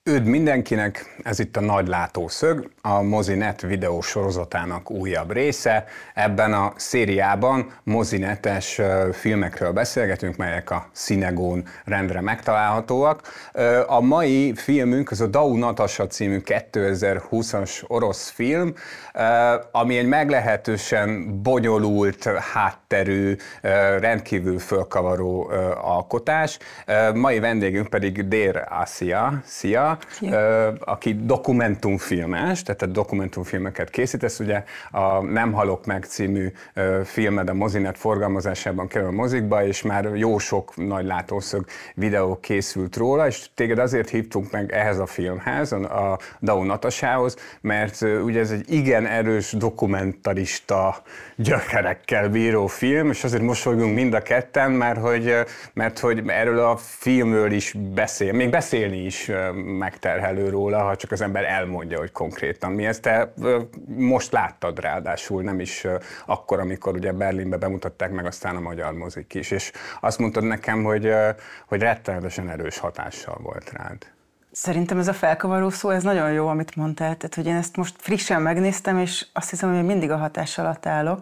Üdv mindenkinek, ez itt a Nagy Látószög, a Mozinet videós sorozatának újabb része. Ebben a szériában mozinetes filmekről beszélgetünk, melyek a Cinegón rendre megtalálhatóak. A mai filmünk az a Dau Natasha című 2020-as orosz film, ami egy meglehetősen bonyolult, hátterű, rendkívül fölkavaró alkotás. Mai vendégünk pedig Dér Aszia. Szia! Aki dokumentumfilmes, tehát a dokumentumfilmeket készítesz, ugye a Nem halok meg című filmed a Mozinet forgalmazásában kerül a mozikba, és már jó sok Nagy Látószög videó készült róla, és téged azért hívtunk meg ehhez a filmhez, a Dau Natasához, mert ugye ez egy igen erős dokumentarista gyökerekkel bíró film, és azért mosolygunk mind a ketten, mert hogy erről a filmről is még beszélni is megterhelő róla, ha csak az ember elmondja, hogy konkrétan mi ez. Te most láttad ráadásul, nem is akkor, amikor ugye Berlinbe bemutatták meg aztán a magyar mozik is, és azt mondtad nekem, hogy rettenetesen erős hatással volt rád. Szerintem ez a felkavaró szó, ez nagyon jó, amit mondtál. Tehát, hogy én ezt most frissen megnéztem, és azt hiszem, hogy mindig a hatás alatt állok.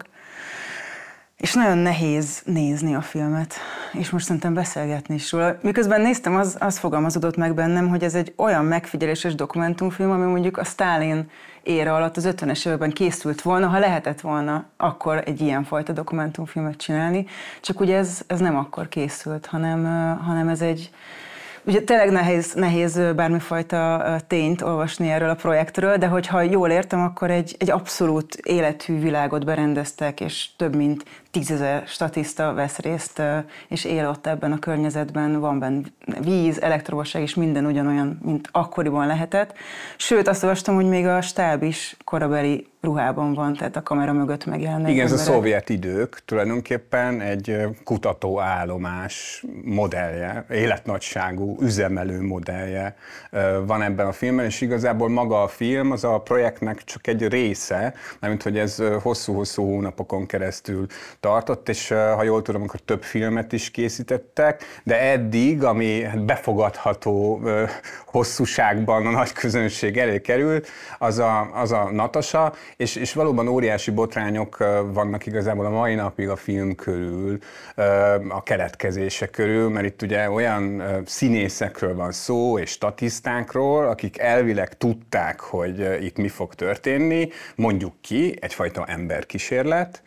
És nagyon nehéz nézni a filmet, és most szerintem beszélgetni is róla. Miközben néztem, az fogalmazódott meg bennem, hogy ez egy olyan megfigyeléses dokumentumfilm, ami mondjuk a Sztálin éra alatt az 50-es években készült volna, ha lehetett volna akkor egy ilyenfajta dokumentumfilmet csinálni, csak ugye ez nem akkor készült, hanem ez egy... Ugye tényleg nehéz bármifajta tényt olvasni erről a projektről, de hogyha jól értem, akkor egy abszolút élethű világot berendeztek, és több mint 10 000 statiszta vesz részt, és él ott ebben a környezetben, van benne víz, elektromosság, és minden ugyanolyan, mint akkoriban lehetett. Sőt, azt olvastam, hogy még a stáb is korabeli ruhában van, tehát a kamera mögött megjelennek. Igen, ez a szovjet idők tulajdonképpen egy kutatóállomás modellje, életnagyságú, üzemelő modellje van ebben a filmben, és igazából maga a film az a projektnek csak egy része, mármint hogy ez hosszú-hosszú hónapokon keresztül tartott, és ha jól tudom, akkor több filmet is készítettek, de eddig, ami befogadható hosszúságban a nagy közönség elé került, az a Natasha, és valóban óriási botrányok vannak igazából a mai napig a film körül, a keletkezése körül, mert itt ugye olyan színészekről van szó, és statisztákról, akik elvileg tudták, hogy itt mi fog történni, mondjuk ki, egyfajta emberkísérlet,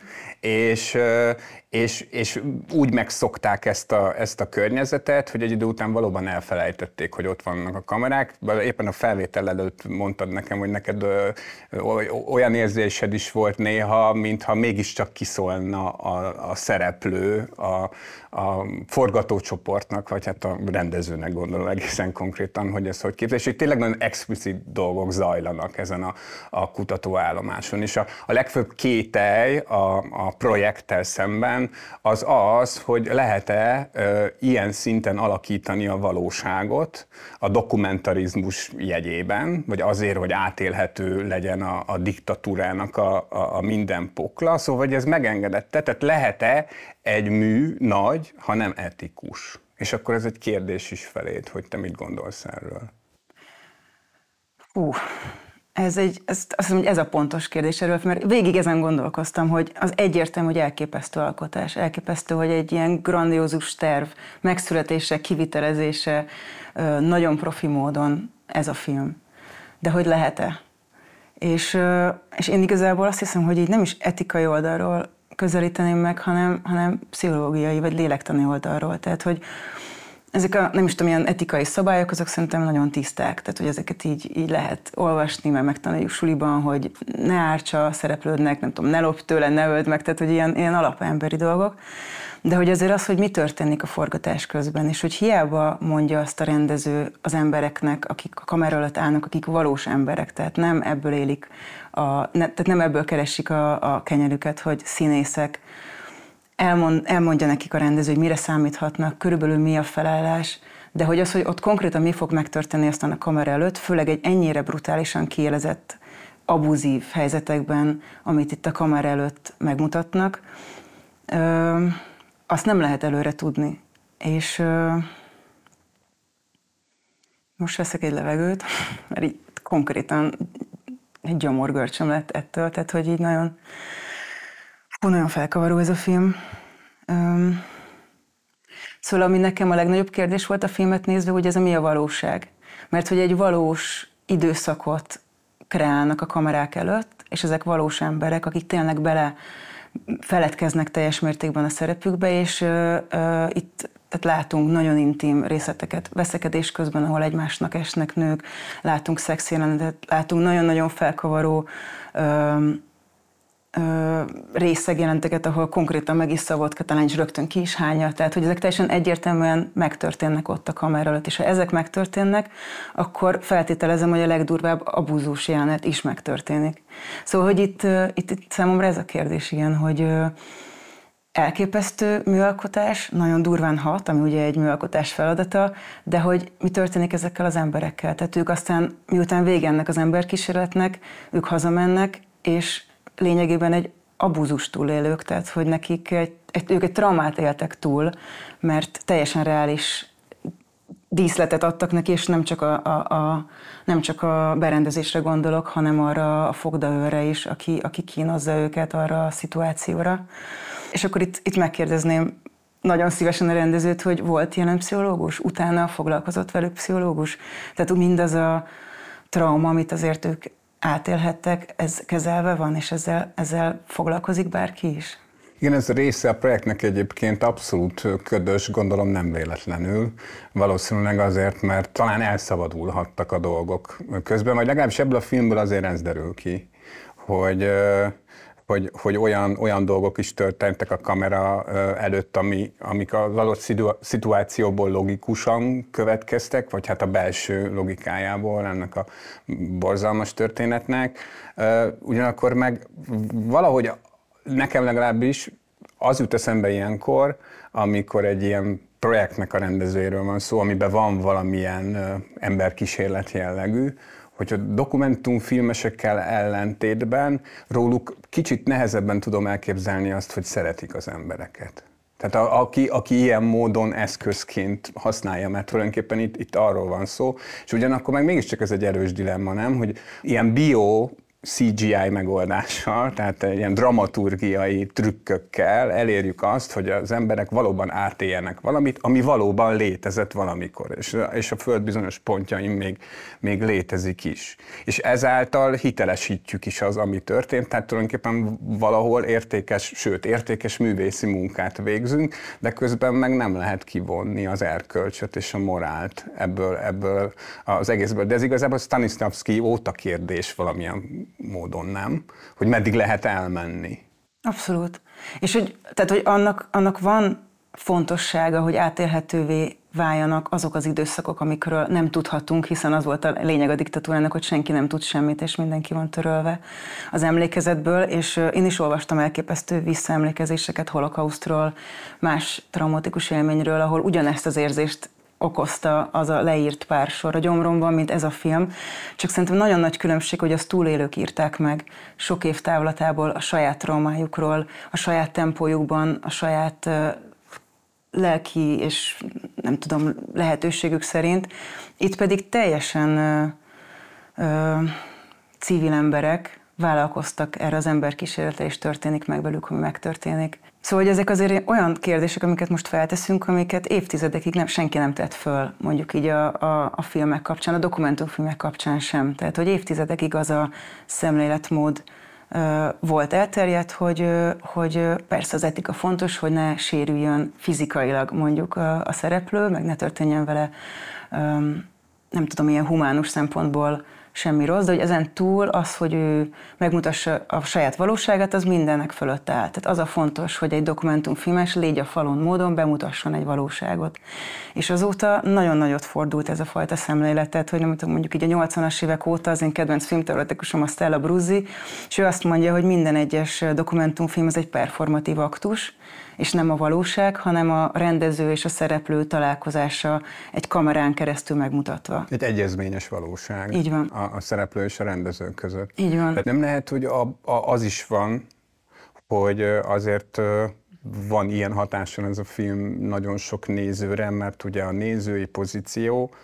és úgy megszokták ezt a környezetet, hogy egy idő után valóban elfelejtették, hogy ott vannak a kamerák. Éppen a felvétel előtt mondtad nekem, hogy neked olyan érzésed is volt néha, mintha mégiscsak kiszólna a szereplő a forgatócsoportnak, vagy hát a rendezőnek gondolom egészen konkrétan, hogy ez hogy képzel. És tényleg nagyon explicit dolgok zajlanak ezen a kutatóállomáson. És a legfőbb kételj a projekttel szemben az, hogy lehet-e ilyen szinten alakítani a valóságot a dokumentarizmus jegyében, vagy azért, hogy átélhető legyen a diktatúrának a minden pokla. Szóval, hogy ez megengedette, tehát lehet-e egy mű nagy, ha nem etikus? És akkor ez egy kérdés is feléd, hogy te mit gondolsz erről? Azt hiszem, hogy ez a pontos kérdés erről, mert végig ezen gondolkoztam, hogy az egyértelmű, hogy elképesztő alkotás, elképesztő, hogy egy ilyen grandiózus terv megszületése, kivitelezése nagyon profi módon ez a film. De hogy lehet-e? És én igazából azt hiszem, hogy így nem is etikai oldalról közelíteném meg, hanem pszichológiai vagy lélektani oldalról. Tehát, hogy ezek nem is tudom, ilyen etikai szabályok, azok szerintem nagyon tiszták, tehát hogy ezeket így lehet olvasni, mert megtanuljuk suliban, hogy ne ártsa a szereplődnek, nem tudom, ne lopj tőle, ne öld meg, tehát hogy ilyen alapemberi dolgok. De hogy azért az, hogy mi történik a forgatás közben, és hogy hiába mondja azt a rendező az embereknek, akik a kamera előtt állnak, akik valós emberek, tehát nem ebből élik, tehát nem ebből keresik a kenyerüket, hogy színészek, elmondja nekik a rendező, hogy mire számíthatnak, körülbelül mi a felállás, de hogy az, hogy ott konkrétan mi fog megtörténni aztán a kamera előtt, főleg egy ennyire brutálisan kiélezett, abuzív helyzetekben, amit itt a kamera előtt megmutatnak, azt nem lehet előre tudni. És Most veszek egy levegőt, mert így konkrétan egy gyomorgörcsöm lett ettől, tehát hogy így nagyon felkavaró ez a film. Szóval ami nekem a legnagyobb kérdés volt a filmet nézve, hogy ez mi a valóság. Mert hogy egy valós időszakot kreálnak a kamerák előtt, és ezek valós emberek, akik tényleg feledkeznek teljes mértékben a szerepükbe, és itt tehát látunk nagyon intim részleteket veszekedés közben, ahol egymásnak esnek nők, látunk szexjelenetet, látunk nagyon-nagyon felkavaró részegjelenteket, ahol konkrétan meg is szavott, talán is rögtön ki is hányja. Tehát, hogy ezek teljesen egyértelműen megtörténnek ott a kamera előtt, és ha ezek megtörténnek, akkor feltételezem, hogy a legdurvább abúzus jelenet is megtörténik. Szóval, hogy itt számomra ez a kérdés, igen, hogy elképesztő műalkotás, nagyon durván hat, ami ugye egy műalkotás feladata, de hogy mi történik ezekkel az emberekkel. Tehát ők aztán, miután vége ennek az emberkísérletnek, ők hazamennek, és lényegében egy abúzus túlélők, tehát hogy nekik ők egy traumát éltek túl, mert teljesen reális díszletet adtak neki, és nem csak a berendezésre gondolok, hanem arra a fogdaőrre is, aki kínozza őket arra a szituációra. És akkor itt megkérdezném nagyon szívesen a rendezőt, hogy volt jelen pszichológus? Utána foglalkozott velük pszichológus? Tehát mindaz a trauma, amit azért ők átélhettek, ez kezelve van, és ezzel foglalkozik bárki is? Igen, ez a része a projektnek egyébként abszolút ködös, gondolom nem véletlenül. Valószínűleg azért, mert talán elszabadulhattak a dolgok közben, vagy legalábbis ebből a filmből azért ez derül ki, hogy olyan dolgok is történtek a kamera előtt, amik az adott szituációból logikusan következtek, vagy hát a belső logikájából ennek a borzalmas történetnek. Ugyanakkor meg valahogy nekem legalábbis az jut eszembe ilyenkor, amikor egy ilyen projektnek a rendezőjéről van szó, amiben van valamilyen emberkísérlet jellegű, hogy a dokumentumfilmesekkel ellentétben róluk kicsit nehezebben tudom elképzelni azt, hogy szeretik az embereket. Tehát aki ilyen módon eszközként használja, mert tulajdonképpen itt arról van szó, és ugyanakkor meg mégiscsak ez egy erős dilemma, nem? Hogy ilyen CGI megoldással, tehát ilyen dramaturgiai trükkökkel elérjük azt, hogy az emberek valóban átéljenek valamit, ami valóban létezett valamikor, és a Föld bizonyos pontjain még létezik is. És ezáltal hitelesítjük is az, ami történt, tehát tulajdonképpen valahol értékes művészi munkát végzünk, de közben meg nem lehet kivonni az erkölcsöt és a morált ebből az egészből. De ez igazából Stanislavski óta kérdés valamilyen módon, nem? Hogy meddig lehet elmenni. Abszolút. És hogy annak van fontossága, hogy átélhetővé váljanak azok az időszakok, amikről nem tudhatunk, hiszen az volt a lényeg a diktatúrának, hogy senki nem tud semmit, és mindenki van törölve az emlékezetből, és én is olvastam elképesztő visszaemlékezéseket holokausztról, más traumatikus élményről, ahol ugyanezt az érzést okozta az a leírt pár sor a gyomromban, mint ez a film. Csak szerintem nagyon nagy különbség, hogy azt túlélők írták meg sok év távlatából, a saját traumájukról, a saját tempójukban, a saját lelki és nem tudom, lehetőségük szerint. Itt pedig teljesen civil emberek vállalkoztak erre az emberkísérletre, és történik meg velük, ami megtörténik. Szóval, hogy ezek azért olyan kérdések, amiket most felteszünk, amiket évtizedekig senki nem tett föl, mondjuk így a filmek kapcsán, a dokumentumfilmek kapcsán sem. Tehát, hogy évtizedekig az a szemléletmód volt elterjedt, hogy persze az etika fontos, hogy ne sérüljön fizikailag mondjuk a szereplő, meg ne történjen vele, nem tudom, ilyen humánus szempontból semmi rossz, de hogy ezen túl az, hogy ő megmutassa a saját valóságát, az mindennek fölött áll. Tehát az a fontos, hogy egy dokumentumfilmes légy a falon módon bemutasson egy valóságot. És azóta nagyon nagyot fordult ez a fajta szemléletet, hogy nem tudom, mondjuk így a 80-as évek óta az én kedvenc filmteoretikusom a Stella Bruzzi, és ő azt mondja, hogy minden egyes dokumentumfilm az egy performatív aktus, és nem a valóság, hanem a rendező és a szereplő találkozása egy kamerán keresztül megmutatva. Egy egyezményes valóság. Így van. A szereplő és a rendező között. Így van. Tehát nem lehet, hogy az is van, hogy azért van ilyen hatáson ez a film nagyon sok nézőre, mert ugye a nézői pozíció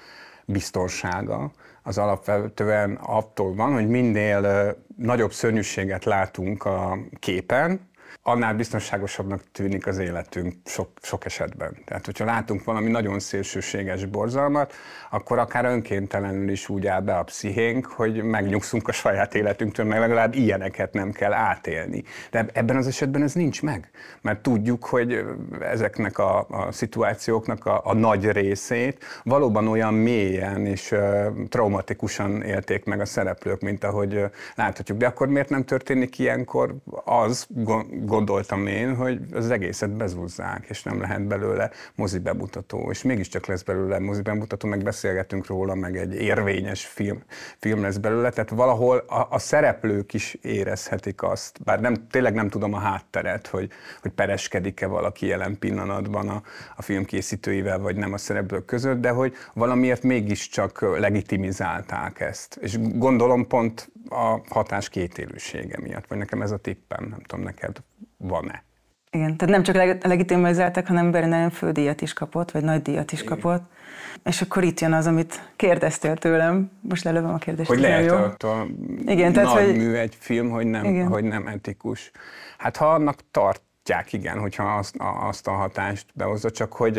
biztonsága az alapvetően attól van, hogy minél nagyobb szörnyűséget látunk a képen, annál biztonságosabbnak tűnik az életünk sok esetben. Tehát, hogyha látunk valami nagyon szélsőséges borzalmat, akkor akár önkéntelenül is úgy áll be a pszichénk, hogy megnyugszunk a saját életünktől, meg legalább ilyeneket nem kell átélni. De ebben az esetben ez nincs meg, mert tudjuk, hogy ezeknek a szituációknak a nagy részét valóban olyan mélyen és traumatikusan élték meg a szereplők, mint ahogy láthatjuk. De akkor miért nem történik ilyenkor az, gondoltam én, hogy az egészet bezúzzák, és nem lehet belőle mozibemutató, és mégiscsak lesz belőle mozibemutató, meg beszélgetünk róla, meg egy érvényes film lesz belőle, tehát valahol a szereplők is érezhetik azt, bár tényleg nem tudom a hátteret, hogy pereskedik-e valaki jelen pillanatban a film készítőivel, vagy nem a szereplők között, de hogy valamiért mégiscsak legitimizálták ezt. És gondolom pont a hatás kétélűsége miatt, vagy nekem ez a tippem, nem tudom, neked van-e? Igen, tehát nem csak legitimizálták, hanem Berlinalen fődíjat is kapott, vagy nagy díjat is kapott. És akkor itt jön az, amit kérdeztél tőlem. Most lelövöm a kérdést. Hogy lehet attól nagy mű egy film, hogy nem etikus. Hát ha annak tartják, igen, hogyha azt a hatást behozza, csak hogy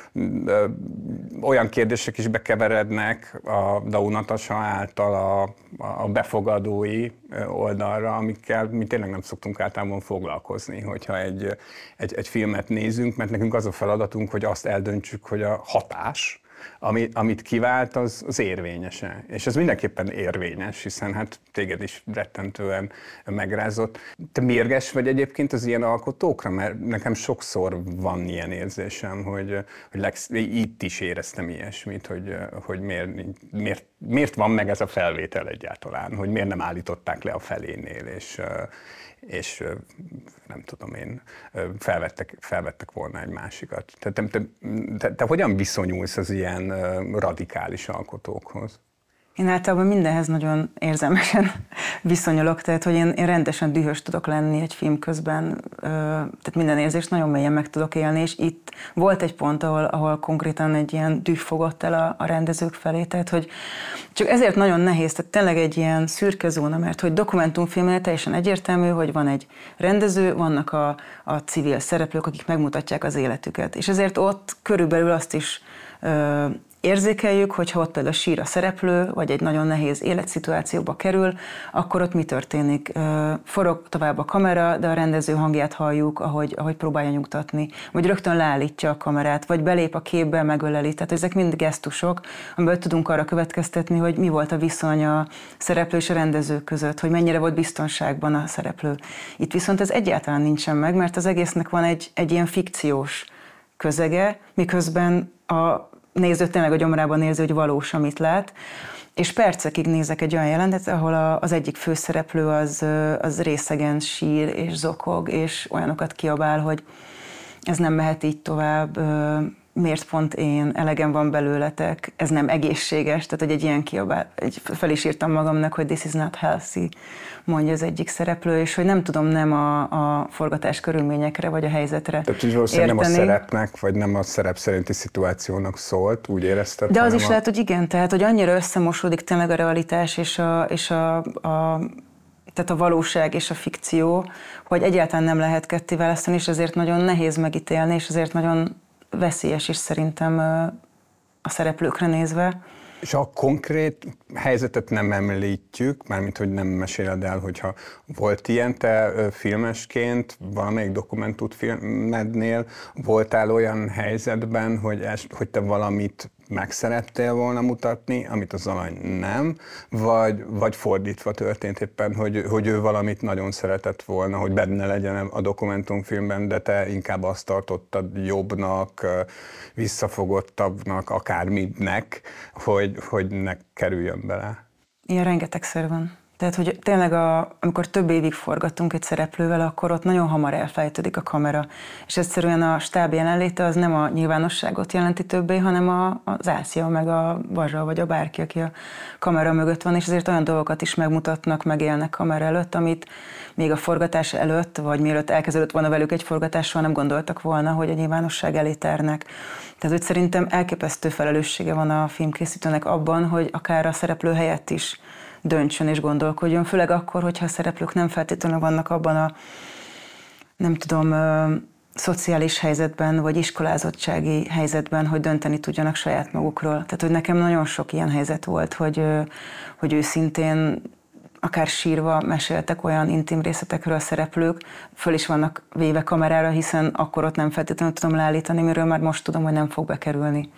olyan kérdések is bekeverednek a Dau Natasha által a befogadói oldalra, amikkel mi tényleg nem szoktunk általában foglalkozni, hogyha egy filmet nézünk, mert nekünk az a feladatunk, hogy azt eldöntsük, hogy a hatás, amit kivált, az érvényes-e. És ez mindenképpen érvényes, hiszen hát téged is rettentően megrázott. Te mérges vagy egyébként az ilyen alkotókra? Mert nekem sokszor van ilyen érzésem, hogy itt is éreztem ilyesmit, hogy miért van meg ez a felvétel egyáltalán, hogy miért nem állították le a felénél, és nem tudom én, felvettek volna egy másikat. Te hogyan viszonyulsz az ilyen radikális alkotókhoz? Én általában mindenhez nagyon érzelmesen viszonyulok, tehát hogy én rendesen dühös tudok lenni egy film közben, tehát minden érzést nagyon mélyen meg tudok élni, és itt volt egy pont, ahol konkrétan egy ilyen düh fogott el a rendezők felé, tehát hogy csak ezért nagyon nehéz, tehát tényleg egy ilyen szürke zóna, mert hogy dokumentumfilmnél teljesen egyértelmű, hogy van egy rendező, vannak a civil szereplők, akik megmutatják az életüket, és ezért ott körülbelül azt is érzékeljük, hogyha ott például sír a szereplő, vagy egy nagyon nehéz életszituációba kerül, akkor ott mi történik? Forog tovább a kamera, de a rendező hangját halljuk, ahogy próbálja nyugtatni, vagy rögtön leállítja a kamerát, vagy belép a képbe, megöleli. Tehát ezek mind gesztusok, amiből tudunk arra következtetni, hogy mi volt a viszony a szereplő és a rendező között, hogy mennyire volt biztonságban a szereplő. Itt viszont ez egyáltalán nincsen meg, mert az egésznek van egy ilyen fikciós közege, miközben a néző tényleg a gyomrában érzi, hogy valós, amit lát. És percekig nézek egy olyan jelentet, ahol az egyik főszereplő az részegen sír és zokog, és olyanokat kiabál, hogy ez nem mehet így tovább, miért pont én, elegem van belőletek, ez nem egészséges, tehát hogy egy ilyen kiabál, fel is írtam magamnak, hogy this is not healthy, mondja az egyik szereplő, és hogy nem tudom nem a forgatás körülményekre, vagy a helyzetre tehát, hogy valószínűleg nem a szerepnek, vagy nem a szerep szerinti szituációnak szólt, úgy érezted? De az is lehet, hogy igen, tehát, hogy annyira összemosódik tényleg a realitás tehát a valóság és a fikció, hogy egyáltalán nem lehet ketté választani, és ezért nagyon nehéz megítélni, és ezért nagyon veszélyes is szerintem a szereplőkre nézve. És a konkrét helyzetet nem említjük, mármint hogy nem meséled el, hogyha volt ilyen, te filmesként valamelyik dokumentumfilmednél voltál olyan helyzetben, hogy te valamit meg szerettél volna mutatni, amit az alany nem, vagy fordítva történt éppen, hogy ő valamit nagyon szeretett volna, hogy benne legyen a dokumentumfilmben, de te inkább azt tartottad jobbnak, visszafogottabbnak, akármidnek, hogy ne kerüljön bele. Ilyen rengetegszer van. Tehát, hogy tényleg amikor több évig forgattunk egy szereplővel, akkor ott nagyon hamar elfejtődik a kamera. És egyszerűen a stáb jelenléte az nem a nyilvánosságot jelenti többé, hanem az Ászia, meg a Bazsa, vagy a bárki, aki a kamera mögött van, és ezért olyan dolgokat is megmutatnak, megélnek kamera előtt, amit még a forgatás előtt, vagy mielőtt elkezdődött volna velük egy forgatással, nem gondoltak volna, hogy a nyilvánosság elé tárnak. Tehát, hogy szerintem elképesztő felelőssége van a filmkészítőnek abban, hogy akár a szereplő helyett is döntsön és gondolkodjon, főleg akkor, hogyha a szereplők nem feltétlenül vannak abban a, nem tudom, szociális helyzetben, vagy iskolázottsági helyzetben, hogy dönteni tudjanak saját magukról. Tehát, hogy nekem nagyon sok ilyen helyzet volt, hogy őszintén akár sírva meséltek olyan intim részletekről a szereplők, föl is vannak véve kamerára, hiszen akkor ott nem feltétlenül tudom leállítani, miről már most tudom, hogy nem fog bekerülni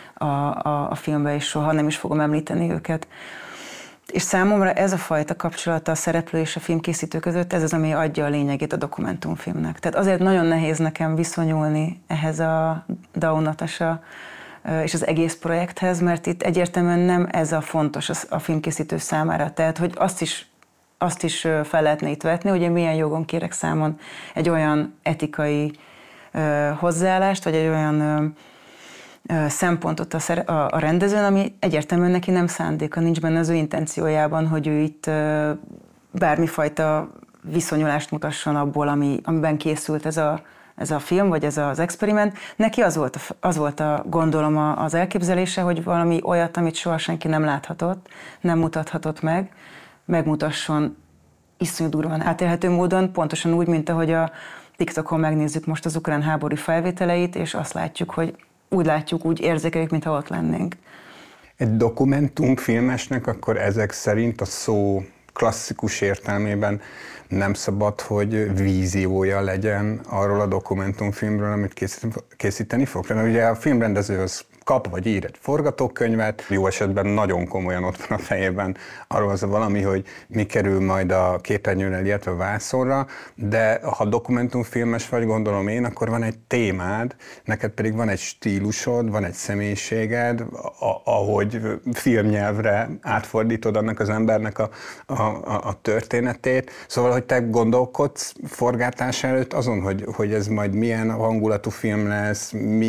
a filmbe, és soha nem is fogom említeni őket. És számomra ez a fajta kapcsolata a szereplő és a filmkészítő között, ez az, ami adja a lényegét a dokumentumfilmnek. Tehát azért nagyon nehéz nekem viszonyulni ehhez a Dau Natasha és az egész projekthez, mert itt egyértelműen nem ez a fontos a filmkészítő számára. Tehát, hogy azt is fel lehetne itt vetni, hogy én milyen jogon kérek számon egy olyan etikai hozzáállást, vagy egy olyan szempontot a rendezőn, ami egyértelműen neki nem szándéka, nincs benne az ő intenciójában, hogy ő itt bármifajta viszonyulást mutasson abból, amiben készült ez a film, vagy ez az experiment. Neki az volt gondolom az elképzelése, hogy valami olyat, amit soha senki nem láthatott, nem mutathatott meg, megmutasson iszonyú durván átélhető módon, pontosan úgy, mint ahogy a TikTokon megnézzük most az ukrán háború felvételeit, és azt látjuk, hogy úgy érzékeljük, mintha ott lennénk. Egy dokumentumfilmesnek akkor ezek szerint a szó klasszikus értelmében nem szabad, hogy víziója legyen arról a dokumentumfilmről, amit készíteni fog. Mert ugye a filmrendezőhöz kap vagy ír egy forgatókönyvet, jó esetben nagyon komolyan ott van a fejében arról az valami, hogy mi kerül majd a képernyőre, illetve a vászonra, de ha dokumentumfilmes vagy, gondolom én, akkor van egy témád, neked pedig van egy stílusod, van egy személyiséged, ahogy filmnyelvre átfordítod annak az embernek a történetét. Szóval, hogy te gondolkodsz forgatás előtt azon, hogy ez majd milyen hangulatú film lesz,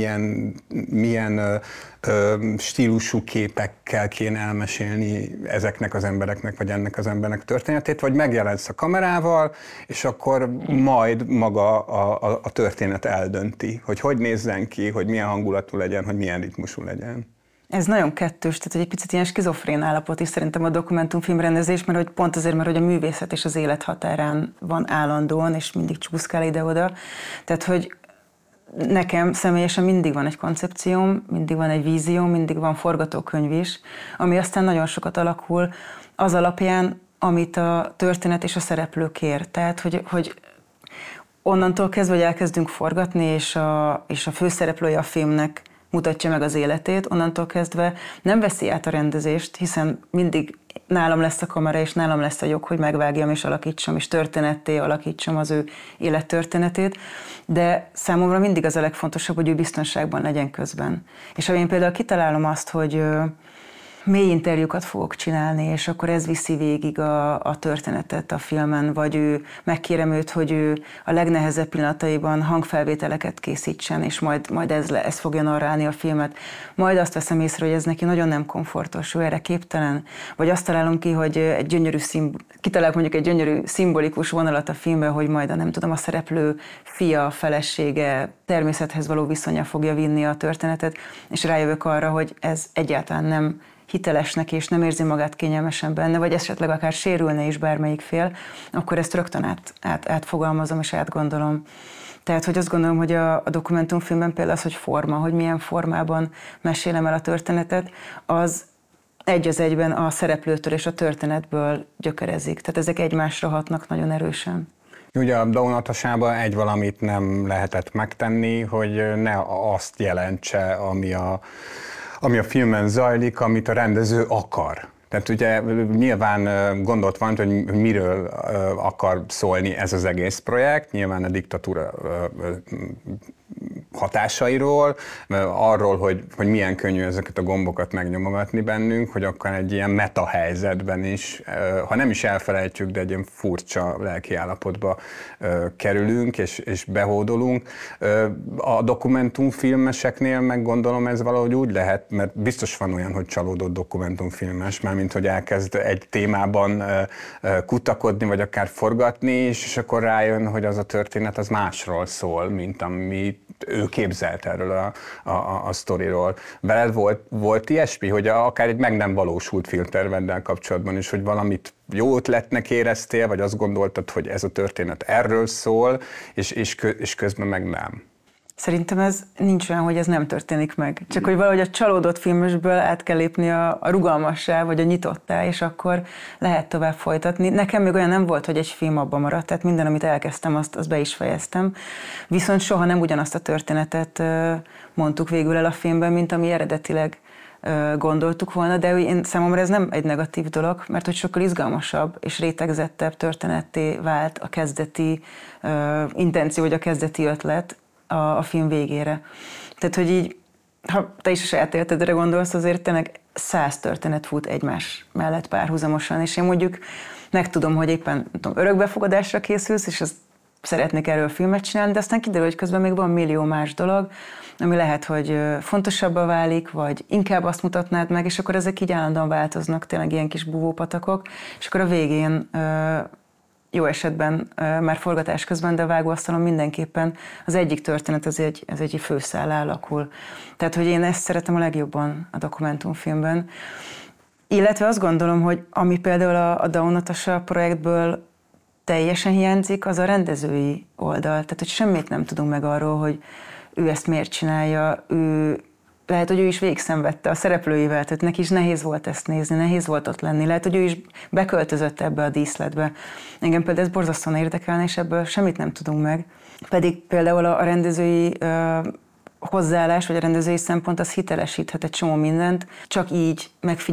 milyen stílusú képekkel kéne elmesélni ezeknek az embereknek, vagy ennek az embernek történetét, vagy megjelensz a kamerával, és akkor majd maga a történet eldönti, hogy nézzen ki, hogy milyen hangulatú legyen, hogy milyen ritmusú legyen. Ez nagyon kettős, tehát egy picit ilyen skizofrén állapot is szerintem a dokumentumfilmrendezés, mert hogy pont azért, mert hogy a művészet és az élet határán van állandóan, és mindig csúszkál ide-oda. Tehát, hogy nekem személyesen mindig van egy koncepcióm, mindig van egy vízióm, mindig van forgatókönyv is, ami aztán nagyon sokat alakul az alapján, amit a történet és a szereplő kér. Tehát, hogy onnantól kezdve, hogy elkezdünk forgatni, és a főszereplője a filmnek mutatja meg az életét, onnantól kezdve nem veszi át a rendezést, hiszen mindig nálam lesz a kamera, és nálam lesz a jog, hogy megvágjam és alakítsam, és történetté alakítsam az ő élettörténetét, de számomra mindig az a legfontosabb, hogy ő biztonságban legyen közben. És ha én például kitalálom azt, hogy mély interjúkat fogok csinálni, és akkor ez viszi végig a történetet a filmen, vagy megkérem őt, hogy ő a legnehezebb pillanataiban hangfelvételeket készítsen, és majd ez fogja narrálni a filmet. Majd azt veszem észre, hogy ez neki nagyon nem komfortos, ő erre képtelen. Vagy azt találom ki, hogy kitalálok mondjuk egy gyönyörű szimbolikus vonalat a filmben, hogy majd a szereplő fia, felesége, természethez való viszonya fogja vinni a történetet, és rájövök arra, hogy ez egyáltalán nem hitelesnek, és nem érzi magát kényelmesen benne, vagy esetleg akár sérülne is bármelyik fél, akkor ezt rögtön átfogalmazom és átgondolom. Tehát, hogy azt gondolom, hogy a dokumentumfilmben például az, hogy forma, hogy milyen formában mesélem el a történetet, az egy az egyben a szereplőtől és a történetből gyökerezik. Tehát ezek egymásra hatnak nagyon erősen. Ugye a Dau Natasában egy valamit nem lehetett megtenni, hogy ne azt jelentse, ami a filmen zajlik, amit a rendező akar. Tehát ugye nyilván gondolt van, hogy miről akar szólni ez az egész projekt, nyilván a diktatúra hatásairól, arról, hogy milyen könnyű ezeket a gombokat megnyomogatni bennünk, hogy akkor egy ilyen meta helyzetben is, ha nem is elfelejtjük, de egy ilyen furcsa lelkiállapotba kerülünk és behódolunk. A dokumentumfilmeseknél meg gondolom ez valahogy úgy lehet, mert biztos van olyan, hogy csalódott dokumentumfilmes, mármint hogy elkezd egy témában kutakodni, vagy akár forgatni, és akkor rájön, hogy az a történet az másról szól, mint amit ő képzelt erről a sztoriról. Veled volt ilyesmi, hogy akár egy meg nem valósult filmterveddel kapcsolatban is, hogy valamit jó ötletnek éreztél, vagy azt gondoltad, hogy ez a történet erről szól, és közben meg nem? Szerintem ez nincs olyan, hogy ez nem történik meg. Csak hogy valahogy a csalódott filmesből át kell lépni a rugalmassá, vagy a nyitottá, és akkor lehet tovább folytatni. Nekem még olyan nem volt, hogy egy film abban maradt, tehát minden, amit elkezdtem, azt be is fejeztem. Viszont soha nem ugyanazt a történetet mondtuk végül el a filmben, mint ami eredetileg gondoltuk volna, de számomra ez nem egy negatív dolog, mert hogy sokkal izgalmasabb és rétegzettebb történetté vált a kezdeti intenció, vagy a kezdeti ötlet a film végére. Tehát, hogy így, ha te is a saját életedre gondolsz, azért tényleg 100 történet fut egymás mellett párhuzamosan, és én mondjuk megtudom, hogy éppen örökbefogadásra készülsz, és azt szeretnék erről filmet csinálni, de aztán kiderül, hogy közben még van millió más dolog, ami lehet, hogy fontosabbá válik, vagy inkább azt mutatnád meg, és akkor ezek így állandóan változnak, tényleg ilyen kis búvópatakok, és akkor a végén jó esetben már forgatás közben, de a vágóasztalon mindenképpen az egyik történet, ez egy főszállá alakul. Tehát, hogy én ezt szeretem a legjobban a dokumentumfilmben. Illetve azt gondolom, hogy ami például a Dawn Natasha projektből teljesen hiányzik, az a rendezői oldal. Tehát, hogy semmit nem tudunk meg arról, hogy ő ezt miért csinálja, lehet, hogy ő is végigszenvedte a szereplőivel, tehát neki is nehéz volt ezt nézni, nehéz volt ott lenni. Lehet, hogy ő is beköltözött ebbe a díszletbe. Engem például ez borzasztóan érdekelne, és ebből semmit nem tudunk meg. Pedig például a rendezői hozzáállás, vagy a rendezői szempont az hitelesíthet egy csomó mindent, csak így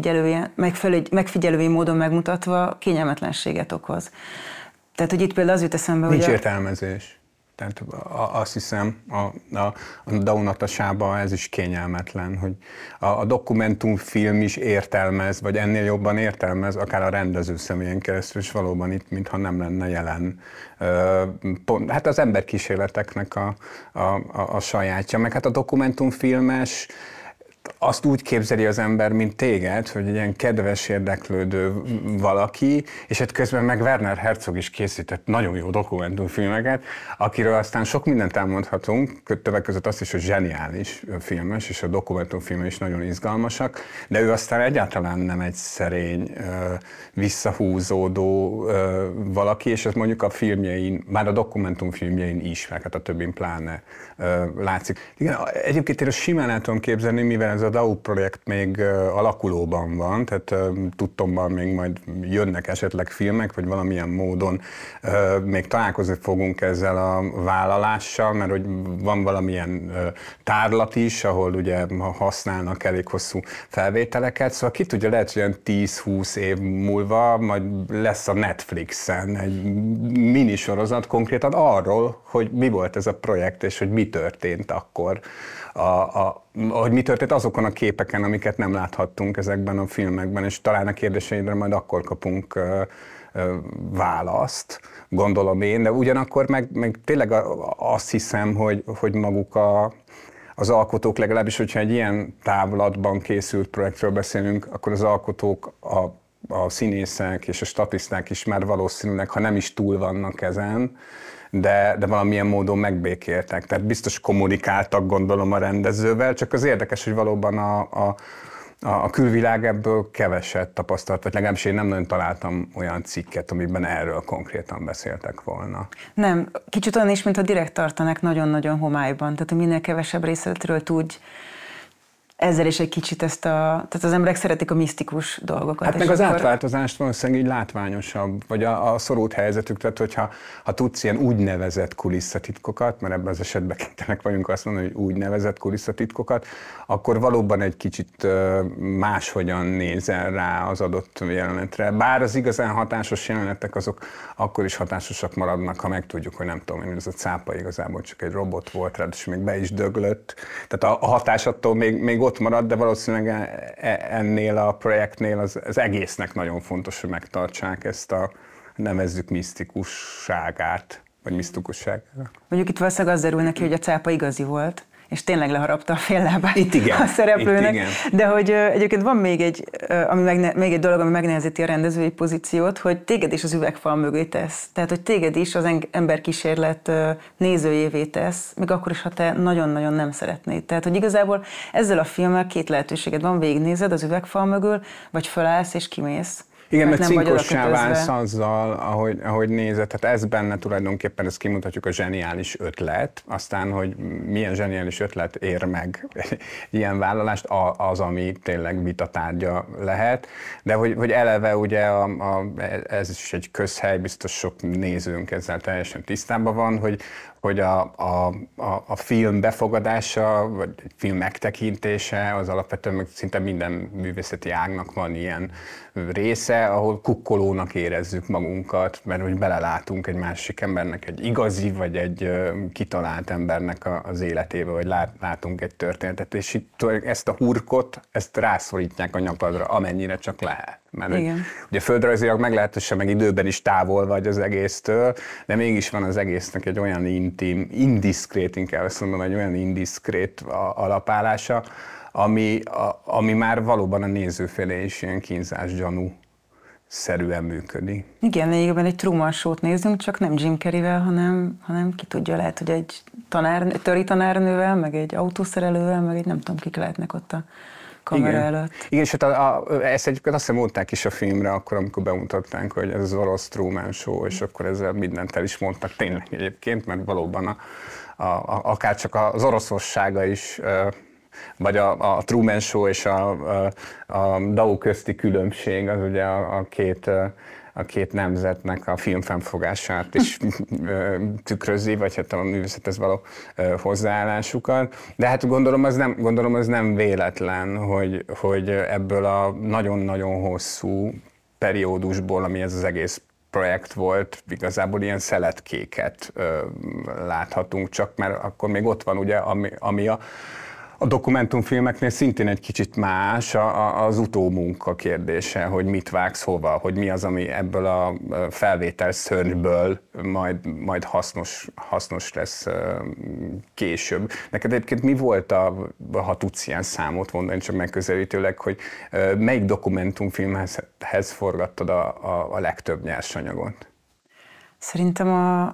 megfigyelői módon megmutatva kényelmetlenséget okoz. Tehát, hogy itt például az jut eszembe, Nincs értelmezés. Tehát azt hiszem, a Dawn Natasha-ban ez is kényelmetlen, hogy a dokumentumfilm is értelmez, vagy ennél jobban értelmez, akár a rendező személyen keresztül, és valóban itt, mintha nem lenne jelen. Hát az emberkísérleteknek a sajátja, meg hát a dokumentumfilmes azt úgy képzeli az ember, mint téged, hogy egy ilyen kedves, érdeklődő valaki, és hát közben meg Werner Herzog is készített nagyon jó dokumentumfilmeket, akiről aztán sok mindent elmondhatunk, többek között azt is, hogy zseniális filmes, és a dokumentumfilmek is nagyon izgalmasak, de ő aztán egyáltalán nem egy szerény, visszahúzódó valaki, és ez mondjuk a filmjein, már a dokumentumfilmjein is, meg hát a többin pláne látszik. Igen, egyébként én azt simán el tudom képzelni, mivel ez a DAU projekt még alakulóban van, tehát tudtomban még majd jönnek esetleg filmek, vagy valamilyen módon még találkozni fogunk ezzel a vállalással, mert hogy van valamilyen tárlat is, ahol ugye használnak elég hosszú felvételeket, szóval ki tudja, lehet, hogy olyan 10-20 év múlva majd lesz a Netflixen egy minisorozat konkrétan arról, hogy mi volt ez a projekt, és hogy mi történt akkor, hogy mi történt azokon a képeken, amiket nem láthattunk ezekben a filmekben, és talán a kérdéseidre majd akkor kapunk választ, gondolom én, de ugyanakkor meg tényleg azt hiszem, hogy maguk az alkotók, legalábbis, hogyha egy ilyen távlatban készült projektről beszélünk, akkor az alkotók, a színészek és a statiszták is már valószínűleg, ha nem is túl vannak ezen, de valamilyen módon megbékéltek. Tehát biztos kommunikáltak, gondolom, a rendezővel, csak az érdekes, hogy valóban a külvilág ebből keveset tapasztalt, vagy legalábbis én nem nagyon találtam olyan cikket, amiben erről konkrétan beszéltek volna. Nem, kicsit olyan is, mintha direkt tartanak nagyon-nagyon homályban, tehát minél kevesebb részletről tudj ezzel is egy kicsit tehát az emberek szeretik a misztikus dolgokat. Hát meg az átváltozást valószínűleg így látványosabb, vagy a szorult helyzetük, tehát hogyha tudsz ilyen úgynevezett kulisszatitkokat, mert ebben az esetben kénytelenek vagyunk azt mondani, hogy úgynevezett kulisszatitkokat, akkor valóban egy kicsit máshogyan nézel rá az adott jelenetre. Bár az igazán hatásos jelenetek azok akkor is hatásosak maradnak, ha megtudjuk, hogy nem tudom, hogy ez a cápa igazából csak egy robot volt, ráadásul még be is döglött. Tehát a hatás attól még ott marad, de valószínűleg ennél a projektnél az egésznek nagyon fontos, hogy megtartsák ezt a nevezzük misztikusságát, vagy misztikusságát. Mondjuk itt valószínűleg az derül neki, hogy a cápa igazi volt, és tényleg leharapta a fél lábát a szereplőnek. De hogy egyébként van még egy dolog, ami megnehezíti a rendezői pozíciót, hogy téged is az üvegfal mögé tesz. Tehát, hogy téged is az emberkísérlet nézőjévé tesz, még akkor is, ha te nagyon-nagyon nem szeretnéd. Tehát, hogy igazából ezzel a filmmel két lehetőséged van, végignézed az üvegfal mögül, vagy fölállsz és kimész. Igen, mert cinkossá válsz azzal, ahogy nézed, tehát ez benne tulajdonképpen, ezt kimutatjuk a zseniális ötlet, aztán, hogy milyen zseniális ötlet ér meg ilyen vállalást, az, ami tényleg vitatárgya lehet, de hogy eleve ugye ez is egy közhely, biztos sok nézőnk ezzel teljesen tisztában van, hogy a film befogadása, vagy egy film megtekintése, az alapvetően meg szinte minden művészeti ágnak van ilyen része, ahol kukkolónak érezzük magunkat, mert hogy belelátunk egy másik embernek, egy igazi, vagy egy kitalált embernek az életébe, vagy látunk egy történetet, és itt ezt a hurkot, ezt rászorítják a nyakadra, amennyire csak lehet. Mert ugye földrajzilag meglehetősen meg időben is távol vagy az egésztől, de mégis van az egésznek egy olyan intim, indiszkrét, inkább azt mondom, egy olyan indiszkrét alapállása, ami már valóban a néző felé is ilyen kínzás gyanú szerűen működik. Igen, lényegében egy Truman Show-t nézünk, csak nem Jim Carreyvel, hanem ki tudja, lehet, hogy egy töri tanárnővel, meg egy autószerelővel, meg egy nem tudom, kik lehetnek ott a kamera előtt. Igen, és ezt egyébként azt hiszem mondták is a filmre akkor, amikor bemutatták, hogy ez az orosz Truman Show, és akkor ezzel mindent el is mondtak tényleg egyébként, mert valóban akár csak az oroszossága is, vagy a Truman Show és a Dao közti különbség, az ugye a két nemzetnek a filmfennfogását is tükrözi, vagy hát a művészethez való hozzáállásukat. De hát gondolom az nem véletlen, hogy ebből a nagyon-nagyon hosszú periódusból, ami ez az egész projekt volt, igazából ilyen szeletkéket láthatunk, csak mert akkor még ott van ugye, ami a dokumentumfilmeknél szintén egy kicsit más az utómunka kérdése, hogy mit vágsz hova, hogy mi az, ami ebből a felvételszörnyből majd hasznos lesz később. Neked egyébként mi volt, ha tudsz ilyen számot mondani, csak megközelítőleg, hogy melyik dokumentumfilmhez forgattad a legtöbb nyersanyagot? Szerintem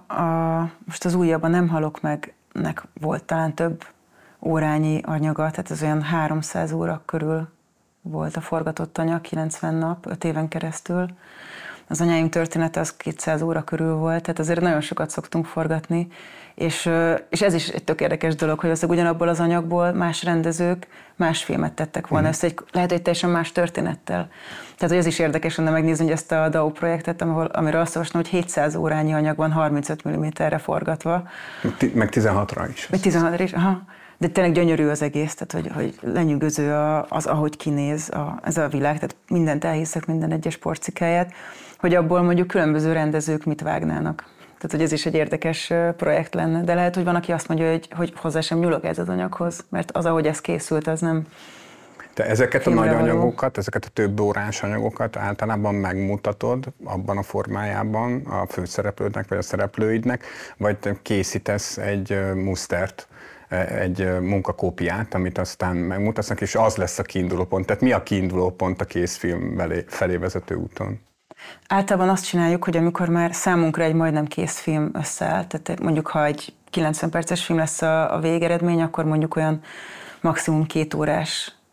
most az újabban Nem halok megnek volt talán több órányi anyaga, tehát ez olyan 300 óra körül volt a forgatott anyag, 90 nap, 5 éven keresztül. Az Anyáim története az 200 óra körül volt, tehát azért nagyon sokat szoktunk forgatni, és ez is egy tök érdekes dolog, hogy ugyanabból az anyagból más rendezők más filmet tettek volna össze, lehet, hogy teljesen más történettel. Tehát, hogy ez is érdekes lenne megnézni, hogy ezt a DAO projektet, amiről azt olvastam, hogy 700 órányi anyag van 35 mm-re forgatva. Meg 16-ra is. Meg 16-ra is, aha. De tényleg gyönyörű az egész, tehát hogy lenyűgöző az, ahogy kinéz ez a világ, tehát mindent elhiszek, minden egyes porcikáját, hogy abból mondjuk különböző rendezők mit vágnának. Tehát, hogy ez is egy érdekes projekt lenne, de lehet, hogy van, aki azt mondja, hogy hozzá sem nyúlok ez az anyaghoz, mert az, ahogy ez készült, az nem... Te ezeket a nagy anyagokat, ezeket a több órás anyagokat általában megmutatod abban a formájában a főszereplődnek vagy a szereplőidnek, vagy te készítesz egy mustert, egy munkakópiát, amit aztán megmutatnak, és az lesz a kiindulópont. Tehát mi a kiindulópont a készfilm felé vezető úton? Általában azt csináljuk, hogy amikor már számunkra egy majdnem kész film összeáll, tehát mondjuk ha egy 90 perces film lesz a végeredmény, akkor mondjuk olyan maximum 2 órás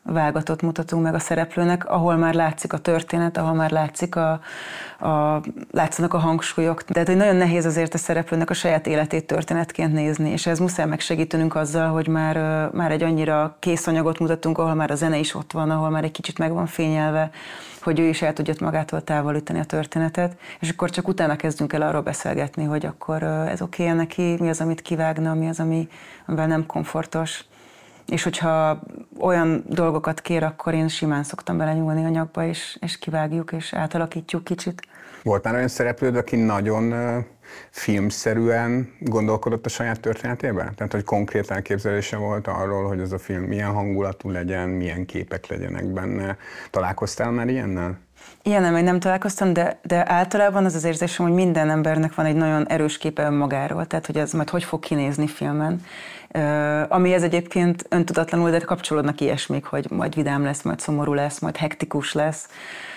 vágatot mutatunk meg a szereplőnek, ahol már látszik a történet, ahol már látszanak a hangsúlyok. Tehát, hogy nagyon nehéz azért a szereplőnek a saját életét történetként nézni, és ez muszáj megsegítenünk azzal, hogy már egy annyira kész anyagot mutatunk, ahol már a zene is ott van, ahol már egy kicsit meg van fényelve, hogy ő is el tudja magától távolítani a történetet, és akkor csak utána kezdünk el arról beszélgetni, hogy akkor ez oké neki, mi az, amit kivágna, mi az, amivel nem komfortos. És hogyha olyan dolgokat kér, akkor én simán szoktam belenyúlni anyagba, és kivágjuk, és átalakítjuk kicsit. Volt már olyan szereplőd, aki nagyon filmszerűen gondolkodott a saját történetében? Tehát, hogy konkrét elképzelése volt arról, hogy ez a film milyen hangulatú legyen, milyen képek legyenek benne. Találkoztál már ilyennel? Ilyennel még nem találkoztam, de általában az az érzésem, hogy minden embernek van egy nagyon erős képe önmagáról, tehát hogy ez majd hogy fog kinézni filmen. Ami ez egyébként öntudatlanul, de kapcsolódnak ilyesmik, hogy majd vidám lesz, majd szomorú lesz, majd hektikus lesz.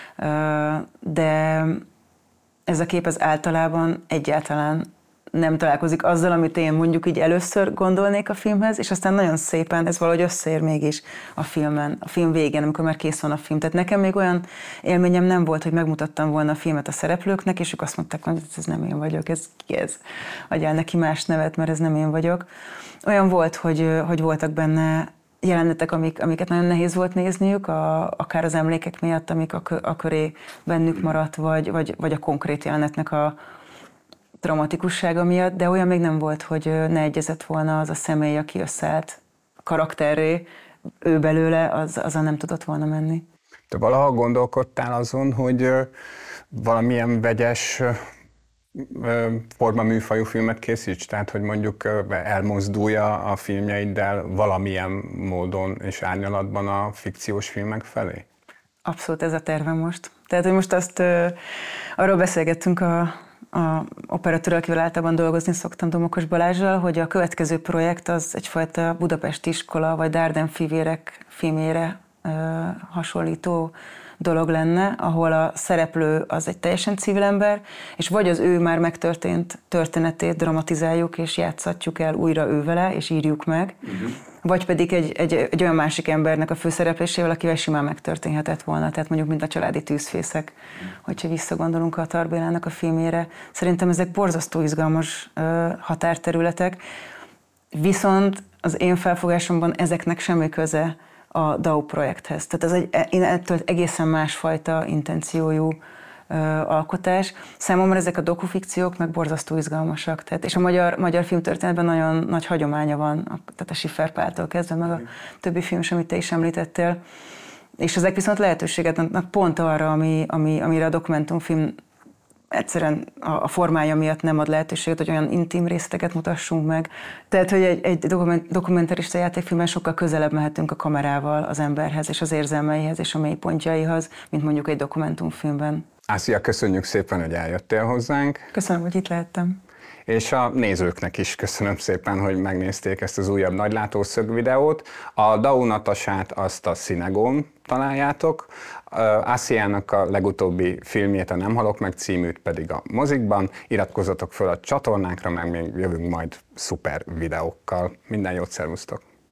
De ez a kép az általában egyáltalán nem találkozik azzal, amit én mondjuk így először gondolnék a filmhez, és aztán nagyon szépen ez valahogy összeér mégis a filmen, a film végén, amikor már kész van a film. Tehát nekem még olyan élményem nem volt, hogy megmutattam volna a filmet a szereplőknek, és ők azt mondták, hogy ez nem én vagyok, ez ki ez? Adjál neki más nevet, mert ez nem én vagyok. Olyan volt, hogy voltak benne jelenetek, amiket nagyon nehéz volt nézniük, akár az emlékek miatt, amik a köré bennük maradt, vagy a konkrét jelenetnek a traumatikussága miatt, de olyan még nem volt, hogy ne egyezett volna az a személy, aki összeállt karakterré, ő belőle, azon nem tudott volna menni. Te valaha gondolkodtál azon, hogy valamilyen vegyes formaműfajú filmet készíts? Tehát, hogy mondjuk elmozdulja a filmjeiddel valamilyen módon és árnyalatban a fikciós filmek felé? Abszolút ez a tervem most. Tehát, hogy most arról beszélgettünk a operatőrrel, akivel általában dolgozni szoktam, Domokos Balázsral, hogy a következő projekt az egyfajta Budapesti iskola vagy Darden fivérek filmjére hasonlító dolog lenne, ahol a szereplő az egy teljesen civil ember, és vagy az ő már megtörtént történetét dramatizáljuk, és játszatjuk el újra ő vele, és írjuk meg, vagy pedig egy olyan másik embernek a főszereplésével, akivel simán megtörténhetett volna, tehát mondjuk mint a Családi tűzfészek, hogyha visszagondolunk a Tar Bélának a filmjére. Szerintem ezek borzasztó izgalmas határterületek, viszont az én felfogásomban ezeknek semmi köze a DAO projekthez. Tehát én ettől egészen másfajta intenciójú alkotás. Számomra ezek a dokufikciók meg borzasztó izgalmasak. Tehát, és a magyar filmtörténetben nagyon nagy hagyománya van, tehát a Schiffer Páltól kezdve, meg a többi film is, amit te is említettél. És ezek viszont lehetőséget adnak pont arra, amire a dokumentumfilm egyszerűen a formája miatt nem ad lehetőséget, hogy olyan intim részleteket mutassunk meg. Tehát, hogy egy dokumentarista játékfilmben sokkal közelebb mehetünk a kamerával az emberhez, és az érzelmeihez, és a mélypontjaihoz, mint mondjuk egy dokumentumfilmben. Ászia, köszönjük szépen, hogy eljöttél hozzánk. Köszönöm, hogy itt lehettem. És a nézőknek is köszönöm szépen, hogy megnézték ezt az újabb nagylátószög videót. A DAO Natasát azt a Cinegón találjátok, Ásiának a legutóbbi filmjét, a Nem halok meg címűt pedig a mozikban. Iratkozzatok fel a csatornákra, meg még jövünk majd szuper videókkal. Minden jót, szervusztok!